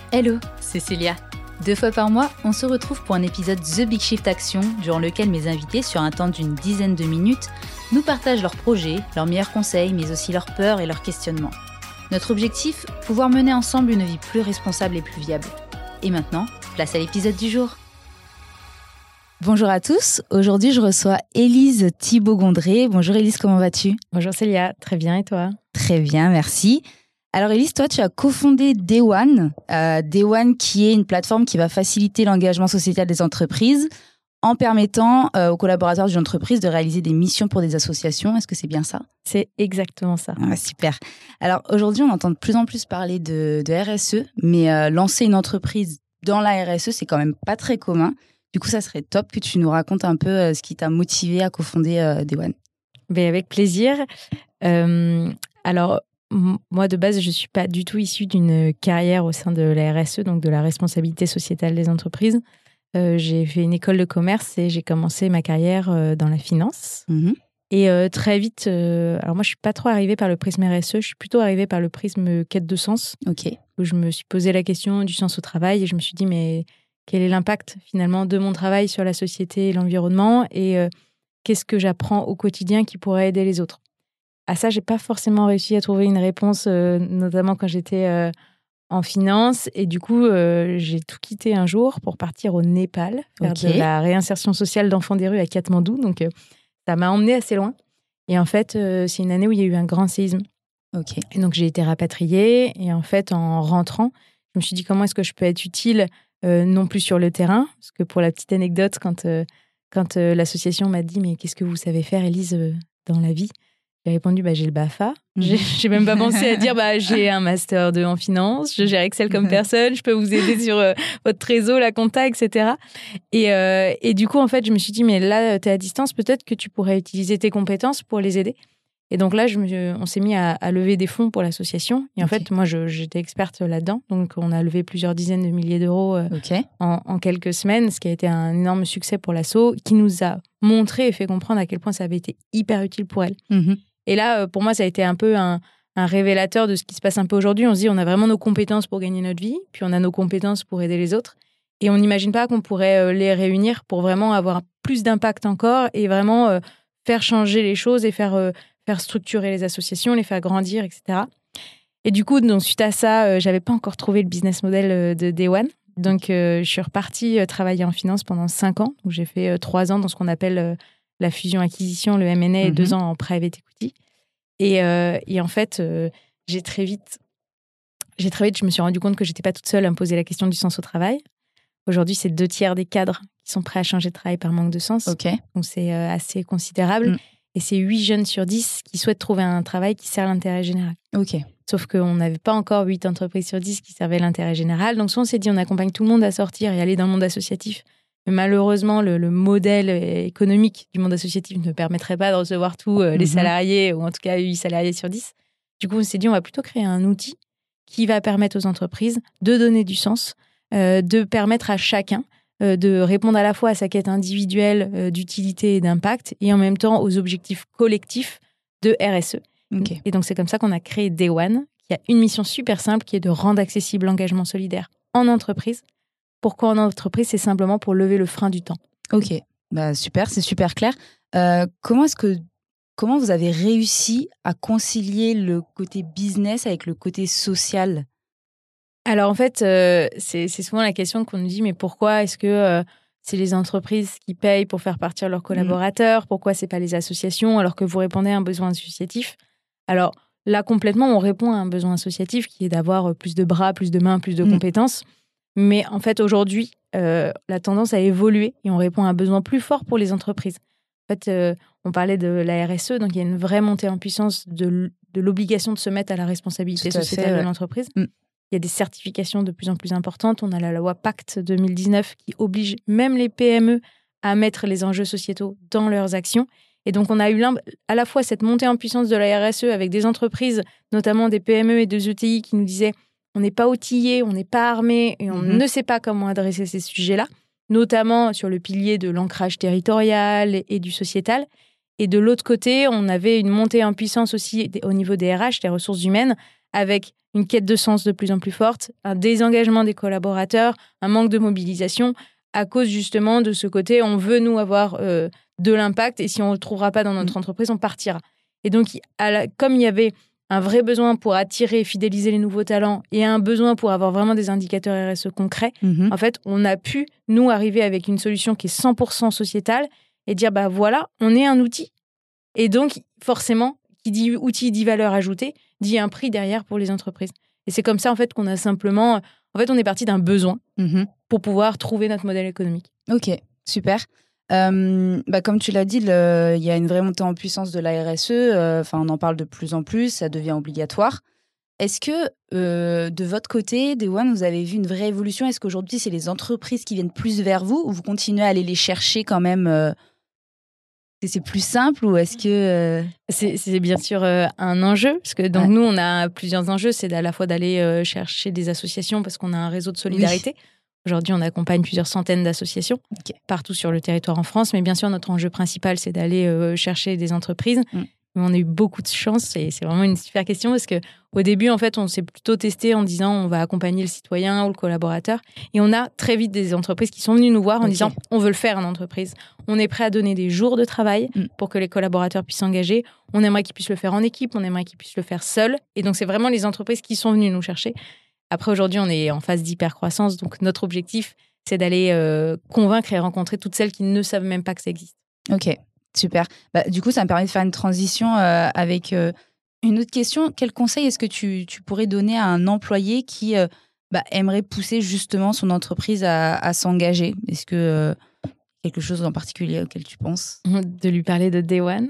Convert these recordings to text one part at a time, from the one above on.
Hello, c'est Célia. 2 fois par mois, on se retrouve pour un épisode The Big Shift Action, durant lequel mes invités, sur un temps d'une dizaine de minutes, nous partagent leurs projets, leurs meilleurs conseils, mais aussi leurs peurs et leurs questionnements. Notre objectif, pouvoir mener ensemble une vie plus responsable et plus viable. Et maintenant, place à l'épisode du jour. Bonjour à tous, aujourd'hui je reçois Élise Thibault-Gondré. Bonjour Élise, comment vas-tu ? Bonjour Célia, très bien et toi ? Très bien, merci. Alors Élise, toi tu as cofondé Day One. Day One qui est une plateforme qui va faciliter l'engagement sociétal des entreprises en permettant aux collaborateurs d'une entreprise de réaliser des missions pour des associations. Est-ce que c'est bien ça ? C'est exactement ça. Ah, super. Alors aujourd'hui on entend de plus en plus parler de RSE, mais lancer une entreprise dans la RSE c'est quand même pas très commun. Du coup, ça serait top que tu nous racontes un peu ce qui t'a motivé à cofonder Day One. Ben, avec plaisir. Alors, moi, de base, je ne suis pas du tout issue d'une carrière au sein de la RSE, donc de la responsabilité sociétale des entreprises. J'ai fait une école de commerce et j'ai commencé ma carrière dans la finance. Mmh. Et très vite, alors moi, je ne suis pas trop arrivée par le prisme RSE, je suis plutôt arrivée par le prisme quête de sens. Ok. Où je me suis posé la question du sens au travail et je me suis dit, mais quel est l'impact finalement de mon travail sur la société et l'environnement et qu'est-ce que j'apprends au quotidien qui pourrait aider les autres. À ça, j'ai pas forcément réussi à trouver une réponse, notamment quand j'étais en finance. Et du coup, j'ai tout quitté un jour pour partir au Népal, faire de la réinsertion sociale d'enfants des rues à Katmandou. Donc, ça m'a emmenée assez loin. Et en fait, c'est une année où il y a eu un grand séisme. Ok. Et donc, j'ai été rapatriée. Et en fait, en rentrant, je me suis dit comment est-ce que je peux être utile non plus sur le terrain, parce que pour la petite anecdote, quand l'association m'a dit « Mais qu'est-ce que vous savez faire, Élise, dans la vie ?» J'ai répondu « J'ai le BAFA. » J'ai même pas pensé à dire « J'ai un master 2 en finance, je gère Excel comme personne, je peux vous aider sur votre trésor, la compta, etc. » Et du coup, en fait, je me suis dit « Mais là, tu es à distance, peut-être que tu pourrais utiliser tes compétences pour les aider. » Et donc là, on s'est mis à lever des fonds pour l'association. Et en fait, moi, j'étais experte là-dedans. Donc, on a levé plusieurs dizaines de milliers d'euros en quelques semaines, ce qui a été un énorme succès pour l'asso, qui nous a montré et fait comprendre à quel point ça avait été hyper utile pour elle. Mmh. Et là, pour moi, ça a été un peu un révélateur de ce qui se passe un peu aujourd'hui. On se dit, on a vraiment nos compétences pour gagner notre vie, puis on a nos compétences pour aider les autres. Et on n'imagine pas qu'on pourrait les réunir pour vraiment avoir plus d'impact encore et vraiment faire changer les choses et faire structurer les associations, les faire grandir, etc. Et du coup, donc, suite à ça, j'avais pas encore trouvé le business model de Day One. Donc, je suis repartie travailler en finance pendant 5 ans. Donc, j'ai fait 3 ans dans ce qu'on appelle la fusion-acquisition, le M&A, et 2 ans en private equity. Et en fait, j'ai très vite, je me suis rendu compte que j'étais pas toute seule à me poser la question du sens au travail. Aujourd'hui, c'est 2/3 des cadres qui sont prêts à changer de travail par manque de sens. Donc, c'est assez considérable. Et c'est 8 jeunes sur 10 qui souhaitent trouver un travail qui sert l'intérêt général. Sauf qu'on n'avait pas encore 8 entreprises sur 10 qui servaient l'intérêt général. Donc, soit on s'est dit, on accompagne tout le monde à sortir et aller dans le monde associatif. Mais malheureusement, le modèle économique du monde associatif ne permettrait pas de recevoir tous les salariés, ou en tout cas 8 salariés sur 10. Du coup, on s'est dit, on va plutôt créer un outil qui va permettre aux entreprises de donner du sens, de permettre à chacun de répondre à la fois à sa quête individuelle d'utilité et d'impact et en même temps aux objectifs collectifs de RSE. Et donc, c'est comme ça qu'on a créé Day One, qui a une mission super simple qui est de rendre accessible l'engagement solidaire en entreprise. Pourquoi en entreprise ? C'est simplement pour lever le frein du temps. Ok, super, c'est super clair. Comment vous avez réussi à concilier le côté business avec le côté social ? Alors en fait, c'est souvent la question qu'on nous dit, mais pourquoi est-ce que c'est les entreprises qui payent pour faire partir leurs collaborateurs ? Pourquoi c'est pas les associations alors que vous répondez à un besoin associatif ? Alors là, complètement, on répond à un besoin associatif qui est d'avoir plus de bras, plus de mains, plus de compétences. Mais en fait, aujourd'hui, la tendance a évolué et on répond à un besoin plus fort pour les entreprises. En fait, on parlait de la RSE, donc il y a une vraie montée en puissance de l'obligation de se mettre à la responsabilité sociétale de l'entreprise. Il y a des certifications de plus en plus importantes. On a la loi Pacte 2019 qui oblige même les PME à mettre les enjeux sociétaux dans leurs actions. Et donc, on a eu à la fois cette montée en puissance de la RSE avec des entreprises, notamment des PME et des ETI qui nous disaient on n'est pas outillés, on n'est pas armés et on ne sait pas comment adresser ces sujets-là, notamment sur le pilier de l'ancrage territorial et du sociétal. Et de l'autre côté, on avait une montée en puissance aussi au niveau des RH, des ressources humaines, avec une quête de sens de plus en plus forte, un désengagement des collaborateurs, un manque de mobilisation à cause justement de ce côté, on veut nous avoir de l'impact et si on ne le trouvera pas dans notre entreprise, on partira. Et donc, comme il y avait un vrai besoin pour attirer et fidéliser les nouveaux talents et un besoin pour avoir vraiment des indicateurs RSE concrets, en fait, on a pu, nous, arriver avec une solution qui est 100% sociétale et dire, bah voilà, on est un outil. Et donc, forcément, qui dit outil, dit valeur ajoutée, dit un prix derrière pour les entreprises. Et c'est comme ça, en fait, qu'on a simplement... En fait, on est parti d'un besoin pour pouvoir trouver notre modèle économique. Ok, super. Comme tu l'as dit, il y a une vraie montée en puissance de la RSE. On en parle de plus en plus, ça devient obligatoire. Est-ce que, de votre côté, Day One, vous avez vu une vraie évolution? Est-ce qu'aujourd'hui, c'est les entreprises qui viennent plus vers vous ou vous continuez à aller les chercher quand même c'est plus simple ou est-ce que... C'est bien sûr un enjeu, parce que donc nous, on a plusieurs enjeux. C'est à la fois d'aller chercher des associations parce qu'on a un réseau de solidarité. Oui. Aujourd'hui, on accompagne plusieurs centaines d'associations partout sur le territoire en France. Mais bien sûr, notre enjeu principal, c'est d'aller chercher des entreprises. On a eu beaucoup de chance et c'est vraiment une super question parce qu'au début, en fait, on s'est plutôt testé en disant on va accompagner le citoyen ou le collaborateur. Et on a très vite des entreprises qui sont venues nous voir en disant on veut le faire en entreprise. On est prêt à donner des jours de travail pour que les collaborateurs puissent s'engager. On aimerait qu'ils puissent le faire en équipe, on aimerait qu'ils puissent le faire seuls. Et donc, c'est vraiment les entreprises qui sont venues nous chercher. Après, aujourd'hui, on est en phase d'hypercroissance. Donc, notre objectif, c'est d'aller convaincre et rencontrer toutes celles qui ne savent même pas que ça existe. Ok. Super. Du coup, ça me permet de faire une transition avec une autre question. Quel conseil est-ce que tu pourrais donner à un employé qui aimerait pousser justement son entreprise à s'engager? Est-ce que quelque chose en particulier auquel tu penses? De lui parler de Day One.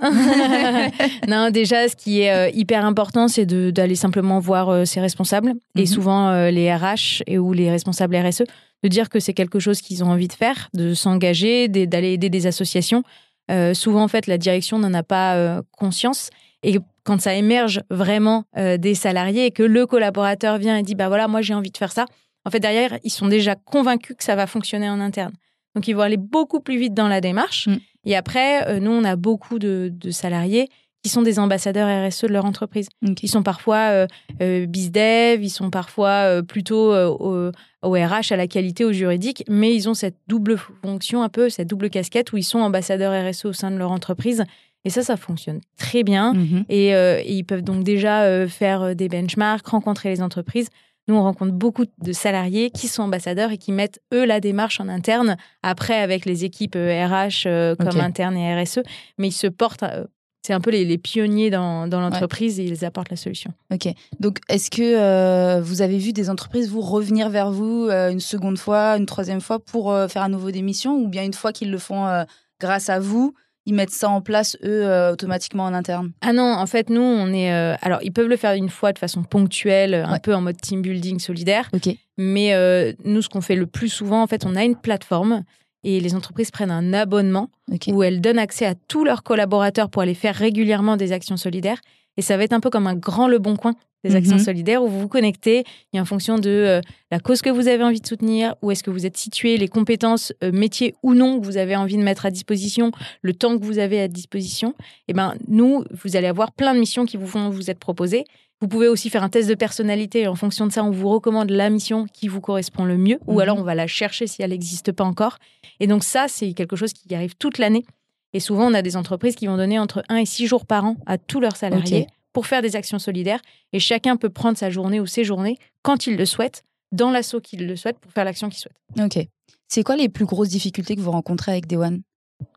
Non, déjà, ce qui est hyper important, c'est d'aller simplement voir ses responsables et souvent les RH ou les responsables RSE, de dire que c'est quelque chose qu'ils ont envie de faire, de s'engager, d'aller aider des associations. Souvent, en fait, la direction n'en a pas conscience. Et quand ça émerge vraiment des salariés et que le collaborateur vient et dit « bah voilà, moi, j'ai envie de faire ça », en fait, derrière, ils sont déjà convaincus que ça va fonctionner en interne. Donc, ils vont aller beaucoup plus vite dans la démarche. Et après, nous, on a beaucoup de salariés qui sont des ambassadeurs RSE de leur entreprise. Ils sont parfois bizdev, ils sont parfois plutôt au RH, à la qualité, au juridique, mais ils ont cette double fonction, un peu cette double casquette où ils sont ambassadeurs RSE au sein de leur entreprise. Et ça fonctionne très bien. Et ils peuvent donc déjà faire des benchmarks, rencontrer les entreprises. Nous, on rencontre beaucoup de salariés qui sont ambassadeurs et qui mettent, eux, la démarche en interne, après avec les équipes RH comme interne et RSE, mais ils se portent... C'est un peu les pionniers dans l'entreprise et ils apportent la solution. Ok. Donc, est-ce que vous avez vu des entreprises revenir vers vous une seconde fois, une troisième fois pour faire à nouveau des missions ou bien une fois qu'ils le font grâce à vous, ils mettent ça en place, eux, automatiquement en interne? Ah non, en fait, nous, on est... alors, ils peuvent le faire une fois de façon ponctuelle, un peu en mode team building solidaire. Mais nous, ce qu'on fait le plus souvent, en fait, on a une plateforme et les entreprises prennent un abonnement où elles donnent accès à tous leurs collaborateurs pour aller faire régulièrement des actions solidaires. Et ça va être un peu comme un grand Le Bon Coin des actions solidaires où vous vous connectez et en fonction de la cause que vous avez envie de soutenir, où est-ce que vous êtes situé, les compétences, métiers ou non que vous avez envie de mettre à disposition, le temps que vous avez à disposition, et nous, vous allez avoir plein de missions qui vont vous être proposées. Vous pouvez aussi faire un test de personnalité. En fonction de ça, on vous recommande la mission qui vous correspond le mieux ou alors on va la chercher si elle n'existe pas encore. Et donc ça, c'est quelque chose qui arrive toute l'année. Et souvent, on a des entreprises qui vont donner entre 1 et 6 jours par an à tous leurs salariés pour faire des actions solidaires. Et chacun peut prendre sa journée ou ses journées quand il le souhaite, dans l'asso qu'il le souhaite, pour faire l'action qu'il souhaite. Ok. C'est quoi les plus grosses difficultés que vous rencontrez avec Day One?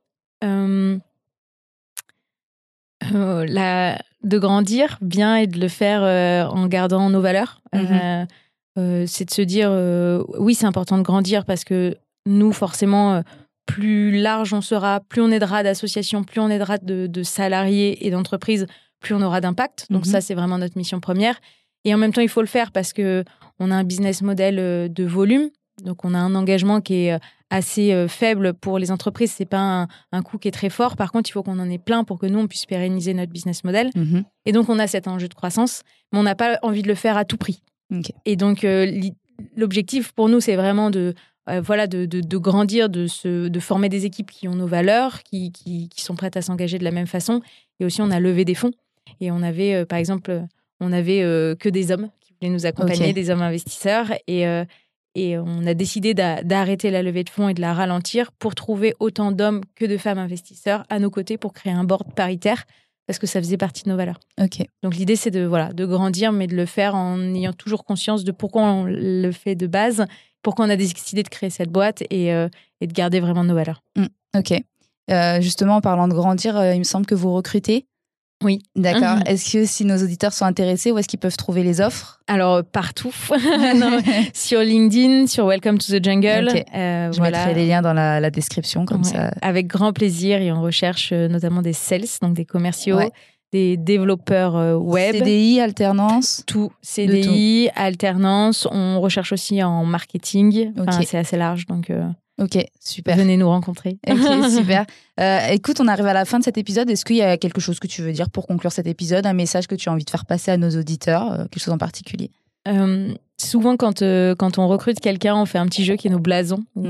De grandir bien et de le faire en gardant nos valeurs. C'est de se dire, oui, c'est important de grandir parce que nous, forcément, plus large on sera, plus on aidera d'associations, plus on aidera de salariés et d'entreprises, plus on aura d'impact. Donc ça, c'est vraiment notre mission première. Et en même temps, il faut le faire parce qu'on a un business model de volume. Donc, on a un engagement qui est assez faible pour les entreprises. Ce n'est pas un coût qui est très fort. Par contre, il faut qu'on en ait plein pour que nous, on puisse pérenniser notre business model. Et donc, on a cet enjeu de croissance, mais on n'a pas envie de le faire à tout prix. Et donc, l'objectif pour nous, c'est vraiment de grandir, de former des équipes qui ont nos valeurs, qui sont prêtes à s'engager de la même façon. Et aussi, on a levé des fonds. Et on avait, par exemple, que des hommes qui voulaient nous accompagner, des hommes investisseurs. Et on a décidé d'arrêter la levée de fonds et de la ralentir pour trouver autant d'hommes que de femmes investisseurs à nos côtés pour créer un board paritaire, parce que ça faisait partie de nos valeurs. Donc l'idée, c'est de grandir, mais de le faire en ayant toujours conscience de pourquoi on le fait de base, pourquoi on a décidé de créer cette boîte et de garder vraiment nos valeurs. Justement, en parlant de grandir, il me semble que vous recrutez. Oui. D'accord. Est-ce que si nos auditeurs sont intéressés, où est-ce qu'ils peuvent trouver les offres ? Alors, partout. Sur LinkedIn, sur Welcome to the Jungle. Je mettrai les liens dans la description, comme ça. Avec grand plaisir. Et on recherche notamment des sales, donc des commerciaux, des développeurs web. CDI, alternance ? Tout. CDI, alternance. On recherche aussi en marketing. Enfin, c'est assez large, donc... Ok, super. Venez nous rencontrer. Ok, super. Écoute, on arrive à la fin de cet épisode. Est-ce qu'il y a quelque chose que tu veux dire pour conclure cet épisode, un message que tu as envie de faire passer à nos auditeurs, quelque chose en particulier ? Souvent, quand on recrute quelqu'un, on fait un petit jeu qui est nos blasons. Où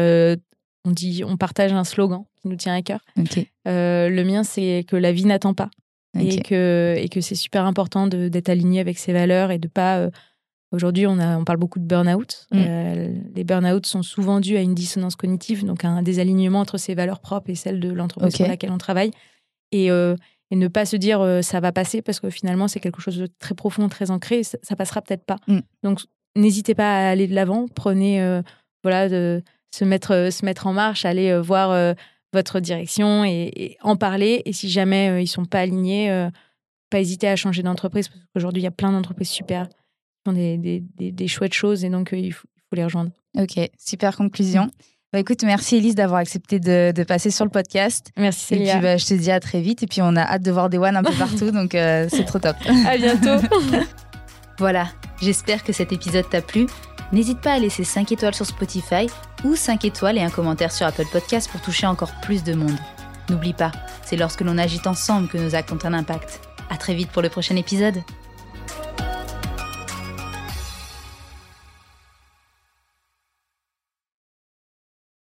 on partage un slogan qui nous tient à cœur. Le mien, c'est que la vie n'attend pas. Et que c'est super important d'être aligné avec ses valeurs et de pas... Aujourd'hui, on parle beaucoup de burn-out. Les burn-out sont souvent dus à une dissonance cognitive, donc à un désalignement entre ses valeurs propres et celles de l'entreprise sur laquelle on travaille. Et ne pas se dire ça va passer, parce que finalement, c'est quelque chose de très profond, très ancré, et ça passera peut-être pas. Donc, n'hésitez pas à aller de l'avant. Prenez, de se mettre en marche, aller voir votre direction et en parler. Et si jamais ils sont pas alignés, pas hésiter à changer d'entreprise, parce qu'aujourd'hui, il y a plein d'entreprises super qui font des chouettes choses, et donc il faut les rejoindre. Ok, super conclusion. Écoute, merci Élise d'avoir accepté de passer sur le podcast. Merci Célia. Et puis je te dis à très vite, et puis on a hâte de voir Day One un peu partout, donc c'est trop top. À bientôt. Voilà, j'espère que cet épisode t'a plu. N'hésite pas à laisser 5 étoiles sur Spotify ou 5 étoiles et un commentaire sur Apple Podcasts pour toucher encore plus de monde. N'oublie pas, c'est lorsque l'on agit ensemble que nos actes ont un impact. À très vite pour le prochain épisode.